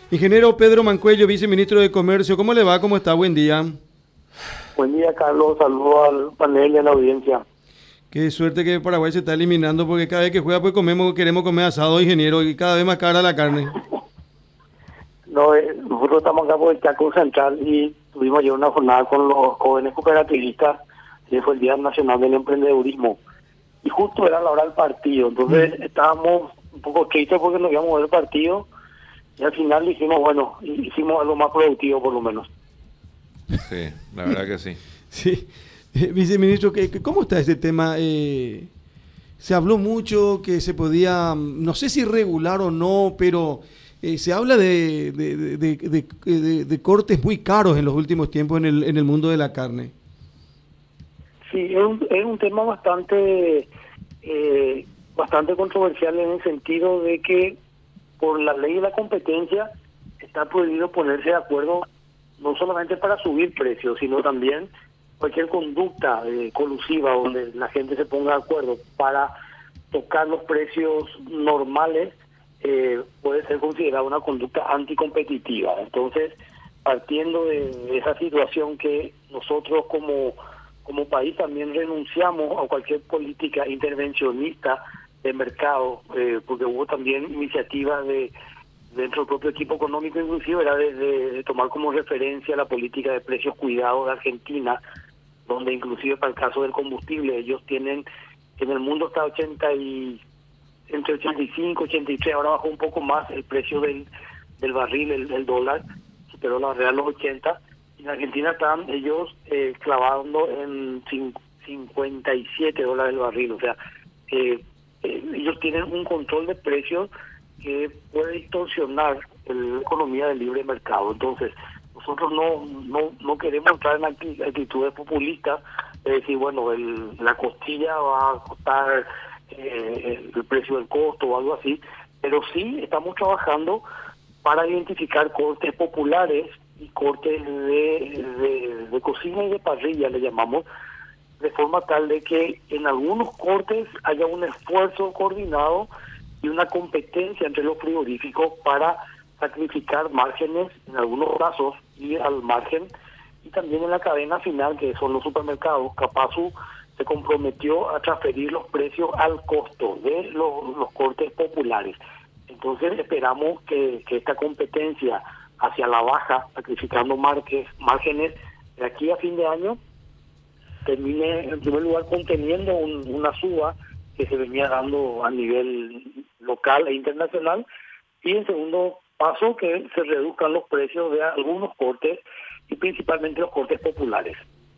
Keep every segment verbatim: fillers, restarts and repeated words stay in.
Ingeniero Pedro Mancuello, viceministro de Comercio, ¿cómo le va? ¿Cómo está? Buen día. Buen día, Carlos. Saludos al panel y a la audiencia. Qué suerte que Paraguay se está eliminando, porque cada vez que juega pues comemos, queremos comer asado, ingeniero, y cada vez más cara la carne. No, eh, nosotros estamos acá por el Chaco Central y tuvimos ayer una jornada con los jóvenes cooperativistas, que fue el Día Nacional del Emprendedurismo. Y justo era la hora del partido, entonces mm. estábamos un poco tristes porque no íbamos a ver el partido, y al final dijimos, bueno, hicimos algo más productivo por lo menos. Sí, la verdad que sí. Sí. Eh, viceministro, ¿cómo está este tema? Eh, se habló mucho que se podía, no sé si regular o no, pero eh, se habla de, de, de, de, de, de, de cortes muy caros en los últimos tiempos en el, en el mundo de la carne. Sí, es un, es un tema bastante, eh, bastante controversial en el sentido de que por la ley de la competencia está prohibido ponerse de acuerdo no solamente para subir precios, sino también cualquier conducta eh, colusiva donde la gente se ponga de acuerdo para tocar los precios normales eh, puede ser considerada una conducta anticompetitiva. Entonces, partiendo de esa situación que nosotros como, como país también renunciamos a cualquier política intervencionista de mercado, eh, porque hubo también iniciativas de dentro del propio equipo económico, inclusive era de, de, de tomar como referencia la política de precios cuidados de Argentina, donde inclusive para el caso del combustible ellos tienen, en el mundo está ochenta y entre ochenta y cinco, ochenta y tres, ahora bajó un poco más el precio del, del barril, el, el dólar, superó la real los ochenta, y en Argentina están ellos eh, clavando en cincuenta y siete dólares el barril, o sea, eh, eh, ellos tienen un control de precios que puede distorsionar la economía del libre mercado. Entonces, nosotros no no no queremos entrar en actitudes populistas, es decir, bueno, el, la costilla va a costar eh, el precio del costo o algo así, pero sí estamos trabajando para identificar cortes populares y cortes de, de, de cocina y de parrilla, le llamamos, de forma tal de que en algunos cortes haya un esfuerzo coordinado y una competencia entre los frigoríficos para sacrificar márgenes en algunos casos y al margen, y también en la cadena final, que son los supermercados. Capasu se comprometió a transferir los precios al costo de los, los cortes populares. Entonces esperamos que, que esta competencia hacia la baja, sacrificando marques, márgenes, de aquí a fin de año termine en primer lugar conteniendo un, una suba que se venía dando a nivel local e internacional, y en segundo paso que se reduzcan los precios de algunos cortes y principalmente los cortes populares.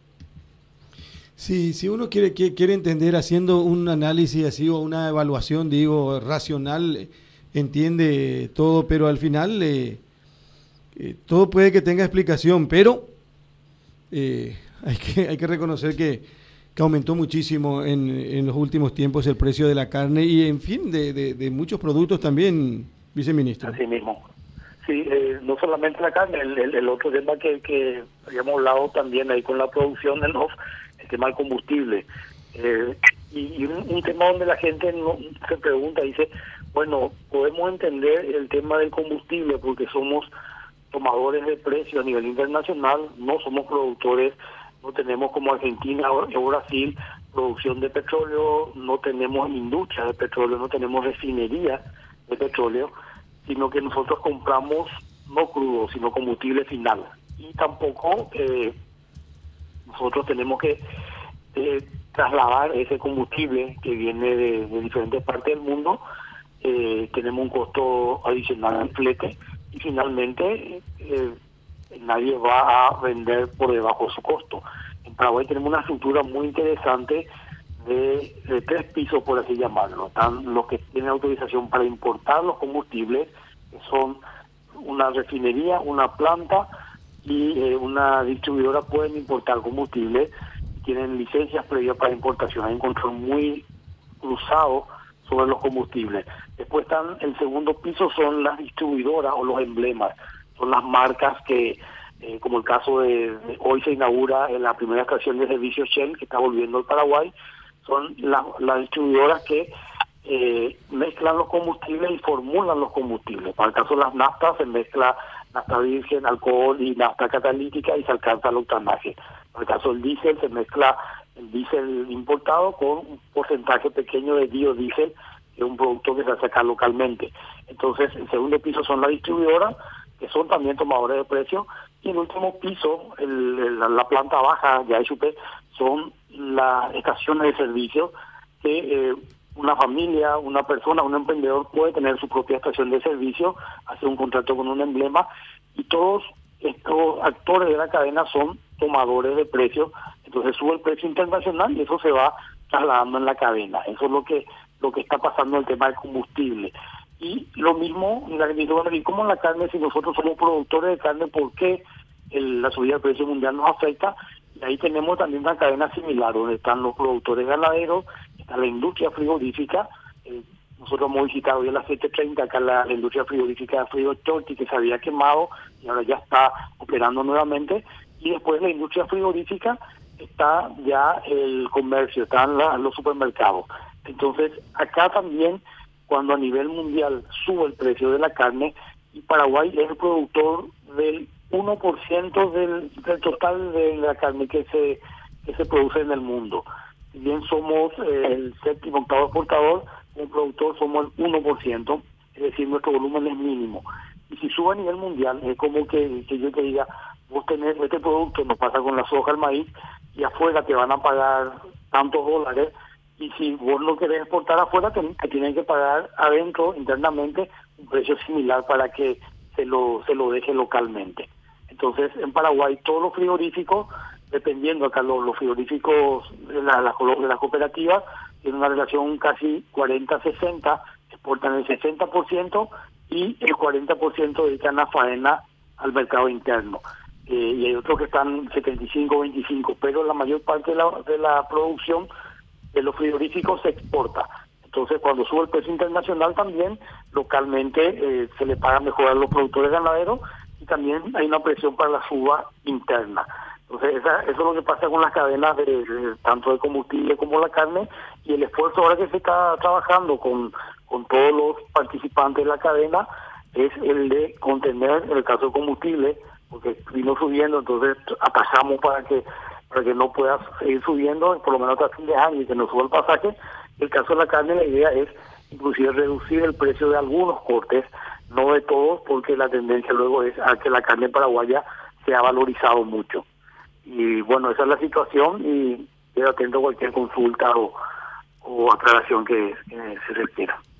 Sí, si uno quiere quiere entender haciendo un análisis así o una evaluación, digo, racional, entiende todo, pero al final eh, eh, todo puede que tenga explicación, pero eh, hay que hay que reconocer que que aumentó muchísimo en, en los últimos tiempos el precio de la carne y, en fin, de, de, de muchos productos también, viceministro. Así mismo. Sí, eh, no solamente la carne, el, el, el otro tema que, que habíamos hablado también ahí con la producción del N O F, el tema del combustible. Eh, y y un, un tema donde la gente no, se pregunta, dice, bueno, podemos entender el tema del combustible porque somos tomadores de precios a nivel internacional, no somos productores. No tenemos como Argentina o Brasil producción de petróleo, no tenemos industria de petróleo, no tenemos refinería de petróleo, sino que nosotros compramos no crudo, sino combustible final. Y tampoco eh, nosotros tenemos que eh, trasladar ese combustible que viene de, de diferentes partes del mundo, eh, tenemos un costo adicional en flete y finalmente eh, nadie va a vender por debajo de su costo. En Paraguay tenemos una estructura muy interesante de, de tres pisos, por así llamarlo. Están los que tienen autorización para importar los combustibles, que son una refinería, una planta y eh, una distribuidora pueden importar combustible, tienen licencias previas para importación. Hay un control muy cruzado sobre los combustibles. Después están, el segundo piso son las distribuidoras o los emblemas. Son las marcas que, eh, como el caso de, de hoy se inaugura en la primera estación de servicio Shell, que está volviendo al Paraguay, son las, las distribuidoras que eh, mezclan los combustibles y formulan los combustibles. Para el caso de las naftas se mezcla nafta virgen, alcohol y nafta catalítica y se alcanza el octanaje. Para el caso del diésel se mezcla el diésel importado con un porcentaje pequeño de biodiesel, que es un producto que se hace acá localmente. Entonces, el segundo piso son las distribuidoras, que son también tomadores de precio, y el último piso, el, el, la planta baja, ya S U P, son las estaciones de servicio que eh, una familia, una persona, un emprendedor puede tener su propia estación de servicio, hacer un contrato con un emblema, y todos estos actores de la cadena son tomadores de precios. Entonces sube el precio internacional y eso se va trasladando en la cadena. Eso es lo que lo que está pasando en el tema del combustible. Y lo mismo en la agricultura, como en la carne, si nosotros somos productores de carne, ¿por qué el, la subida del precio mundial nos afecta? Y ahí tenemos también una cadena similar, donde están los productores ganaderos, está la industria frigorífica. Eh, nosotros hemos visitado hoy a las siete treinta acá la, la industria frigorífica de Frigo Torti, que se había quemado y ahora ya está operando nuevamente. Y después de la industria frigorífica está ya el comercio, están la, los supermercados. Entonces, acá también, cuando a nivel mundial sube el precio de la carne, y Paraguay es el productor del uno por ciento del, del total de la carne que se que se produce en el mundo. Si bien somos eh, el séptimo octavo exportador, el productor somos el uno por ciento, es decir, nuestro volumen es mínimo. Y si sube a nivel mundial, es como que, que yo te diga, vos tenés este producto, nos pasa con la soja, el maíz, y afuera te van a pagar tantos dólares, y si vos no querés exportar afuera, te, te tienen que pagar adentro, internamente, un precio similar para que se lo se lo deje localmente. Entonces, en Paraguay, todos los frigoríficos, dependiendo acá los, los frigoríficos de la, la, de las cooperativas, tienen una relación casi cuarenta sesenta, exportan el sesenta por ciento y el cuarenta por ciento dedican a faena al mercado interno. Eh, y hay otros que están setenta y cinco veinticinco, pero la mayor parte de la, de la producción de los frigoríficos se exporta. Entonces, cuando sube el precio internacional también, localmente eh, se le paga mejor a los productores ganaderos y también hay una presión para la suba interna. Entonces, esa, eso es lo que pasa con las cadenas, de, de tanto de combustible como la carne, y el esfuerzo ahora que se está trabajando con, con todos los participantes de la cadena es el de contener, en el caso de combustible, porque vino subiendo, entonces atajamos para que para que no pueda seguir subiendo, por lo menos hasta fin de año, y que no suba el pasaje. En el caso de la carne, la idea es inclusive reducir el precio de algunos cortes, no de todos, porque la tendencia luego es a que la carne paraguaya se ha valorizado mucho. Y bueno, esa es la situación, y quedo atento a cualquier consulta o, o aclaración que, que se requiera.